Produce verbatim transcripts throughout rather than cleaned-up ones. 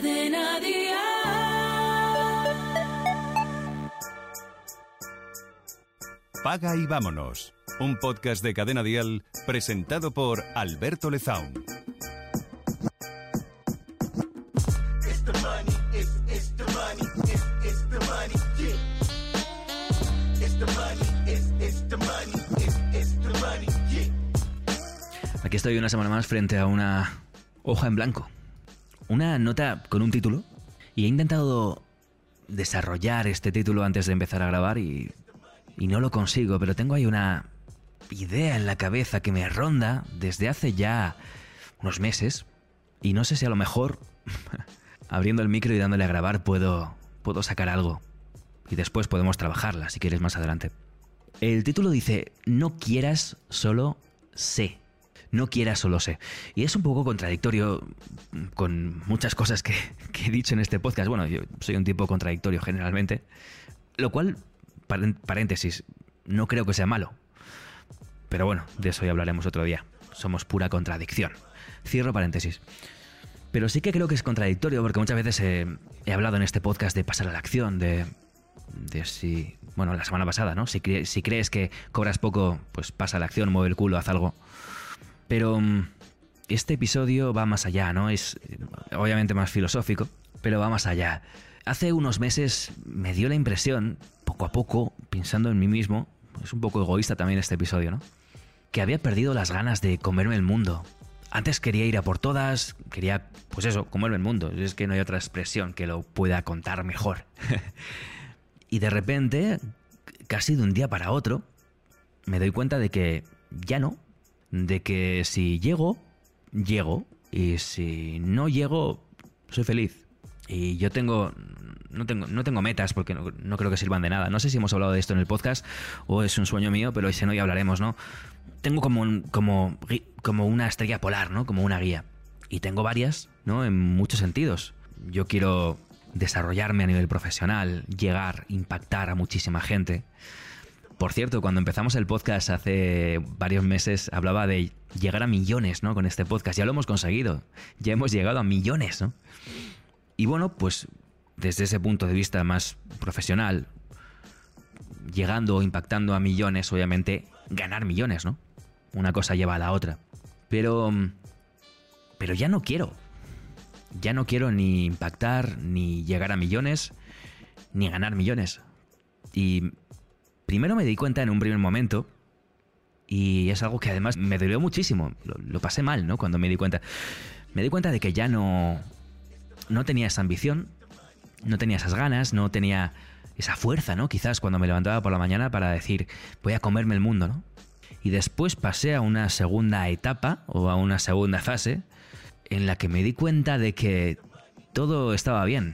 Cadena Dial. Paga y vámonos. Un podcast de Cadena Dial presentado por Alberto Lezaun. Aquí estoy una semana más frente a una hoja en blanco. Una nota con un título. Y he intentado desarrollar este título antes de empezar a grabar y, y no lo consigo. Pero tengo ahí una idea en la cabeza que me ronda desde hace ya unos meses. Y no sé si a lo mejor, abriendo el micro y dándole a grabar, puedo, puedo sacar algo. Y después podemos trabajarla, si quieres, más adelante. El título dice: no quieras, solo sé. No quieras, solo sé. Y es un poco contradictorio con muchas cosas que, que he dicho en este podcast. Bueno, yo soy un tipo contradictorio generalmente. Lo cual, paréntesis, no creo que sea malo. Pero bueno, de eso ya hablaremos otro día. Somos pura contradicción. Cierro paréntesis. Pero sí que creo que es contradictorio porque muchas veces he, he hablado en este podcast de pasar a la acción, de... de si... Bueno, la semana pasada, ¿no? Si, cre- si crees que cobras poco, pues pasa a la acción, mueve el culo, haz algo. Pero este episodio va más allá, ¿no? Es obviamente más filosófico, pero va más allá. Hace unos meses me dio la impresión, poco a poco, pensando en mí mismo, es un poco egoísta también este episodio, ¿no? Que había perdido las ganas de comerme el mundo. Antes quería ir a por todas, quería, pues eso, comerme el mundo. Es que no hay otra expresión que lo pueda contar mejor. Y de repente, casi de un día para otro, me doy cuenta de que ya no. De que si llego, llego. Y si no llego, soy feliz. Y yo tengo... No tengo, no tengo metas porque no, no creo que sirvan de nada. No sé si hemos hablado de esto en el podcast o es un sueño mío, pero si no ya hablaremos, ¿no? Tengo como, un, como, como una estrella polar, ¿no? Como una guía. Y tengo varias, ¿no? En muchos sentidos. Yo quiero desarrollarme a nivel profesional, llegar, impactar a muchísima gente. Por cierto, cuando empezamos el podcast hace varios meses hablaba de llegar a millones, ¿no? Con este podcast. Ya lo hemos conseguido. Ya hemos llegado a millones, ¿no? Y bueno, pues desde ese punto de vista más profesional, llegando o impactando a millones, obviamente ganar millones, ¿no? Una cosa lleva a la otra. Pero, pero ya no quiero. Ya no quiero ni impactar, ni llegar a millones, ni ganar millones. Y primero me di cuenta en un primer momento, y es algo que además me dolió muchísimo. Lo, lo pasé mal, ¿no? Cuando me di cuenta. Me di cuenta de que ya no, no tenía esa ambición, no tenía esas ganas, no tenía esa fuerza, ¿no? Quizás cuando me levantaba por la mañana para decir, voy a comerme el mundo, ¿no? Y después pasé a una segunda etapa o a una segunda fase en la que me di cuenta de que todo estaba bien.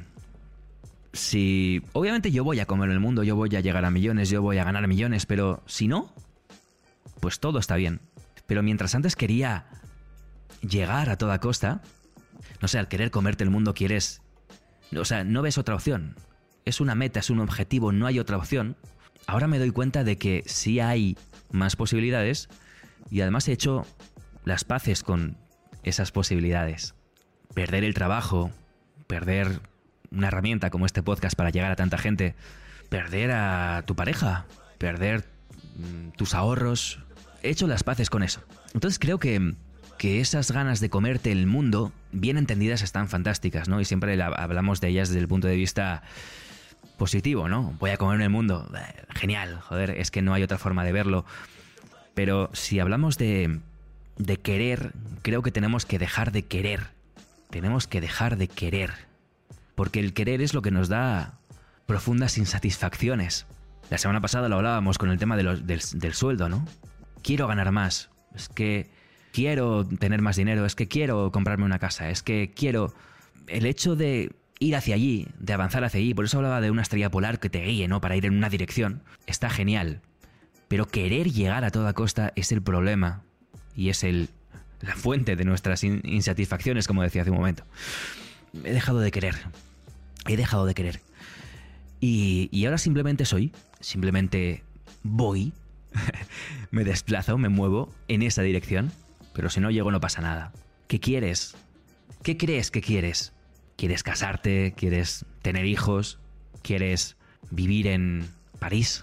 Si obviamente yo voy a comer el mundo, yo voy a llegar a millones, yo voy a ganar millones, pero si no, pues todo está bien. Pero mientras antes quería llegar a toda costa, no sé, al querer comerte el mundo quieres... O sea, no ves otra opción. Es una meta, es un objetivo, no hay otra opción. Ahora me doy cuenta de que sí hay más posibilidades y además he hecho las paces con esas posibilidades. Perder el trabajo, perder una herramienta como este podcast para llegar a tanta gente, perder a tu pareja, perder mm, tus ahorros. He hecho las paces con eso. Entonces creo que, que esas ganas de comerte el mundo, bien entendidas, están fantásticas, ¿no? Y siempre la, hablamos de ellas desde el punto de vista positivo, ¿no? Voy a comerme el mundo. Genial, joder, es que no hay otra forma de verlo. Pero si hablamos de, de querer, creo que tenemos que dejar de querer. Tenemos que dejar de querer. Porque el querer es lo que nos da profundas insatisfacciones. La semana pasada lo hablábamos con el tema de los, del, del sueldo, ¿no? Quiero ganar más. Es que quiero tener más dinero. Es que quiero comprarme una casa. Es que quiero... El hecho de ir hacia allí, de avanzar hacia allí, por eso hablaba de una estrella polar que te guíe, ¿no? Para ir en una dirección. Está genial. Pero querer llegar a toda costa es el problema. Y es el, la fuente de nuestras in, insatisfacciones, como decía hace un momento. He dejado de querer. He dejado de querer. Y, y ahora simplemente soy. Simplemente voy. Me desplazo, me muevo en esa dirección. Pero si no llego no pasa nada. ¿Qué quieres? ¿Qué crees que quieres? quieres casarte, quieres tener hijos, quieres vivir en París,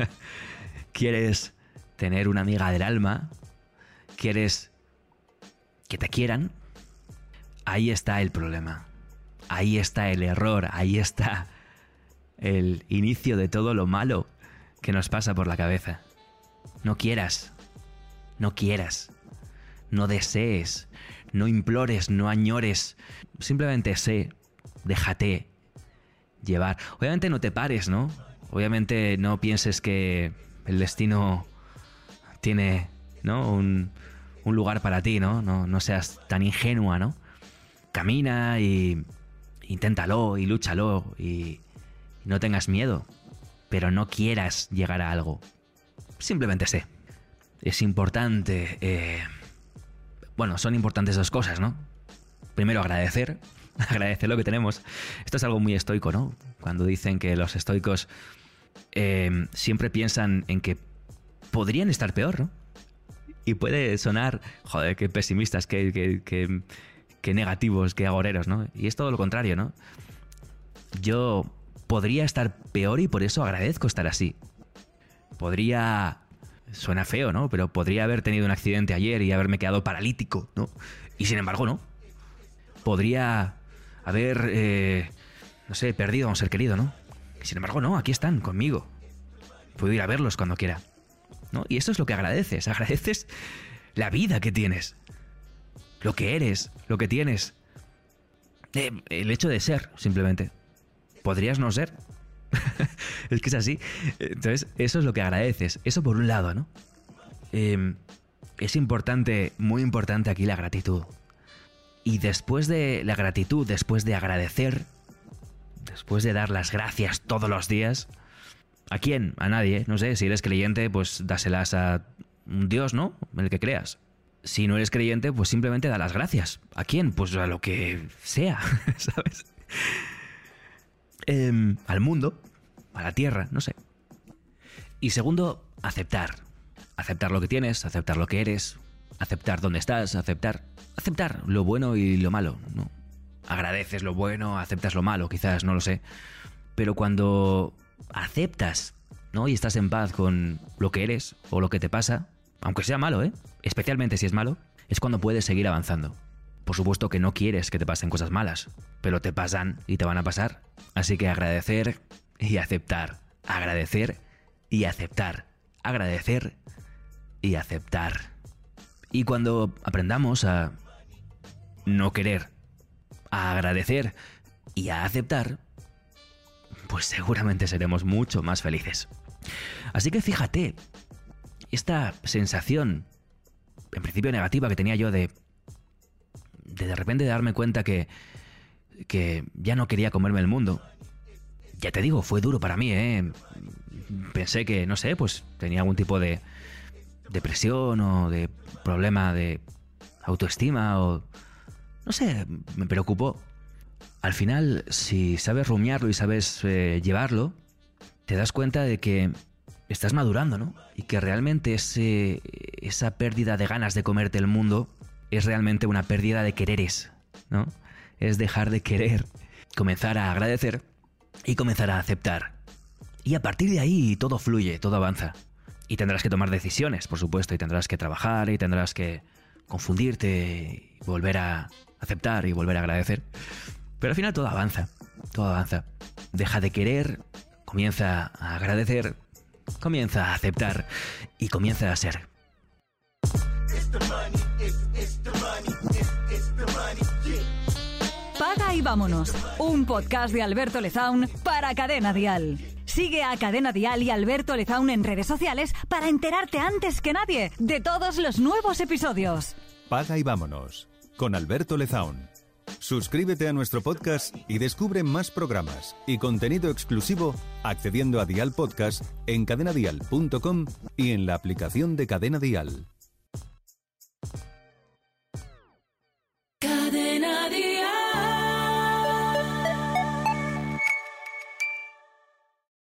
quieres tener una amiga del alma, quieres que te quieran. Ahí está el problema, ahí está el error, ahí está el inicio de todo lo malo que nos pasa por la cabeza. No quieras, no quieras, no desees, no implores, no añores, simplemente sé, déjate llevar. Obviamente no te pares, ¿no? Obviamente no pienses que el destino tiene, ¿no? un, un lugar para ti, ¿no? ¿no? No seas tan ingenua, ¿no? Camina y inténtalo y lúchalo y no tengas miedo, pero no quieras llegar a algo. Simplemente sé. Es importante... Eh, bueno, son importantes dos cosas, ¿no? Primero, agradecer. Agradecer lo que tenemos. Esto es algo muy estoico, ¿no? Cuando dicen que los estoicos eh, siempre piensan en que podrían estar peor, ¿no? Y puede sonar, joder, qué pesimistas, qué, qué, qué, qué negativos, qué agoreros, ¿no? Y es todo lo contrario, ¿no? Yo podría estar peor y por eso agradezco estar así. Podría... Suena feo, ¿no? Pero podría haber tenido un accidente ayer y haberme quedado paralítico, ¿no? Y sin embargo, no. Podría haber, eh, no sé, perdido a un ser querido, ¿no? Y sin embargo, no, aquí están, conmigo. Puedo ir a verlos cuando quiera, ¿no? Y eso es lo que agradeces. Agradeces la vida que tienes. Lo que eres, lo que tienes. Eh, el hecho de ser, simplemente. Podrías no ser. Es que es así. Entonces, eso es lo que agradeces. Eso por un lado, ¿no? Eh, es importante, muy importante aquí la gratitud. Y después de la gratitud, después de agradecer, después de dar las gracias todos los días, ¿a quién? A nadie. No sé, si eres creyente, pues dáselas a un Dios, ¿no? En el que creas. Si no eres creyente, pues simplemente da las gracias. ¿A quién? Pues a lo que sea, ¿sabes? Eh, al mundo, a la tierra, no sé. Y segundo, aceptar. Aceptar lo que tienes, aceptar lo que eres, aceptar dónde estás, aceptar, aceptar lo bueno y lo malo, ¿no? Agradeces lo bueno, aceptas lo malo, quizás, no lo sé. Pero cuando aceptas, ¿no? Y estás en paz con lo que eres o lo que te pasa, aunque sea malo, ¿eh? Especialmente si es malo, es cuando puedes seguir avanzando. Por supuesto que no quieres que te pasen cosas malas, pero te pasan y te van a pasar. Así que agradecer y aceptar. Agradecer y aceptar. Agradecer y aceptar. Y cuando aprendamos a no querer, a agradecer y a aceptar, pues seguramente seremos mucho más felices. Así que fíjate, esta sensación, en principio negativa, que tenía yo de de, de repente darme cuenta que, que ya no quería comerme el mundo. Ya te digo, fue duro para mí, ¿eh? Pensé que, no sé, pues tenía algún tipo de depresión o de problema de autoestima o... no sé, me preocupó. Al final, si sabes rumiarlo y sabes eh, llevarlo, te das cuenta de que estás madurando, ¿no? Y que realmente ese, esa pérdida de ganas de comerte el mundo es realmente una pérdida de quereres, ¿no? Es dejar de querer, comenzar a agradecer y comenzar a aceptar. Y a partir de ahí todo fluye, todo avanza. Y tendrás que tomar decisiones, por supuesto, y tendrás que trabajar y tendrás que confundirte, y volver a aceptar y volver a agradecer. Pero al final todo avanza, todo avanza. Deja de querer, comienza a agradecer, comienza a aceptar y comienza a ser. Paga y vámonos, un podcast de Alberto Lezaun para Cadena Dial. Sigue a Cadena Dial y Alberto Lezaun en redes sociales para enterarte antes que nadie de todos los nuevos episodios. Paga y vámonos, con Alberto Lezaun. Suscríbete a nuestro podcast y descubre más programas y contenido exclusivo accediendo a Dial Podcast en cadena dial punto com y en la aplicación de Cadena Dial.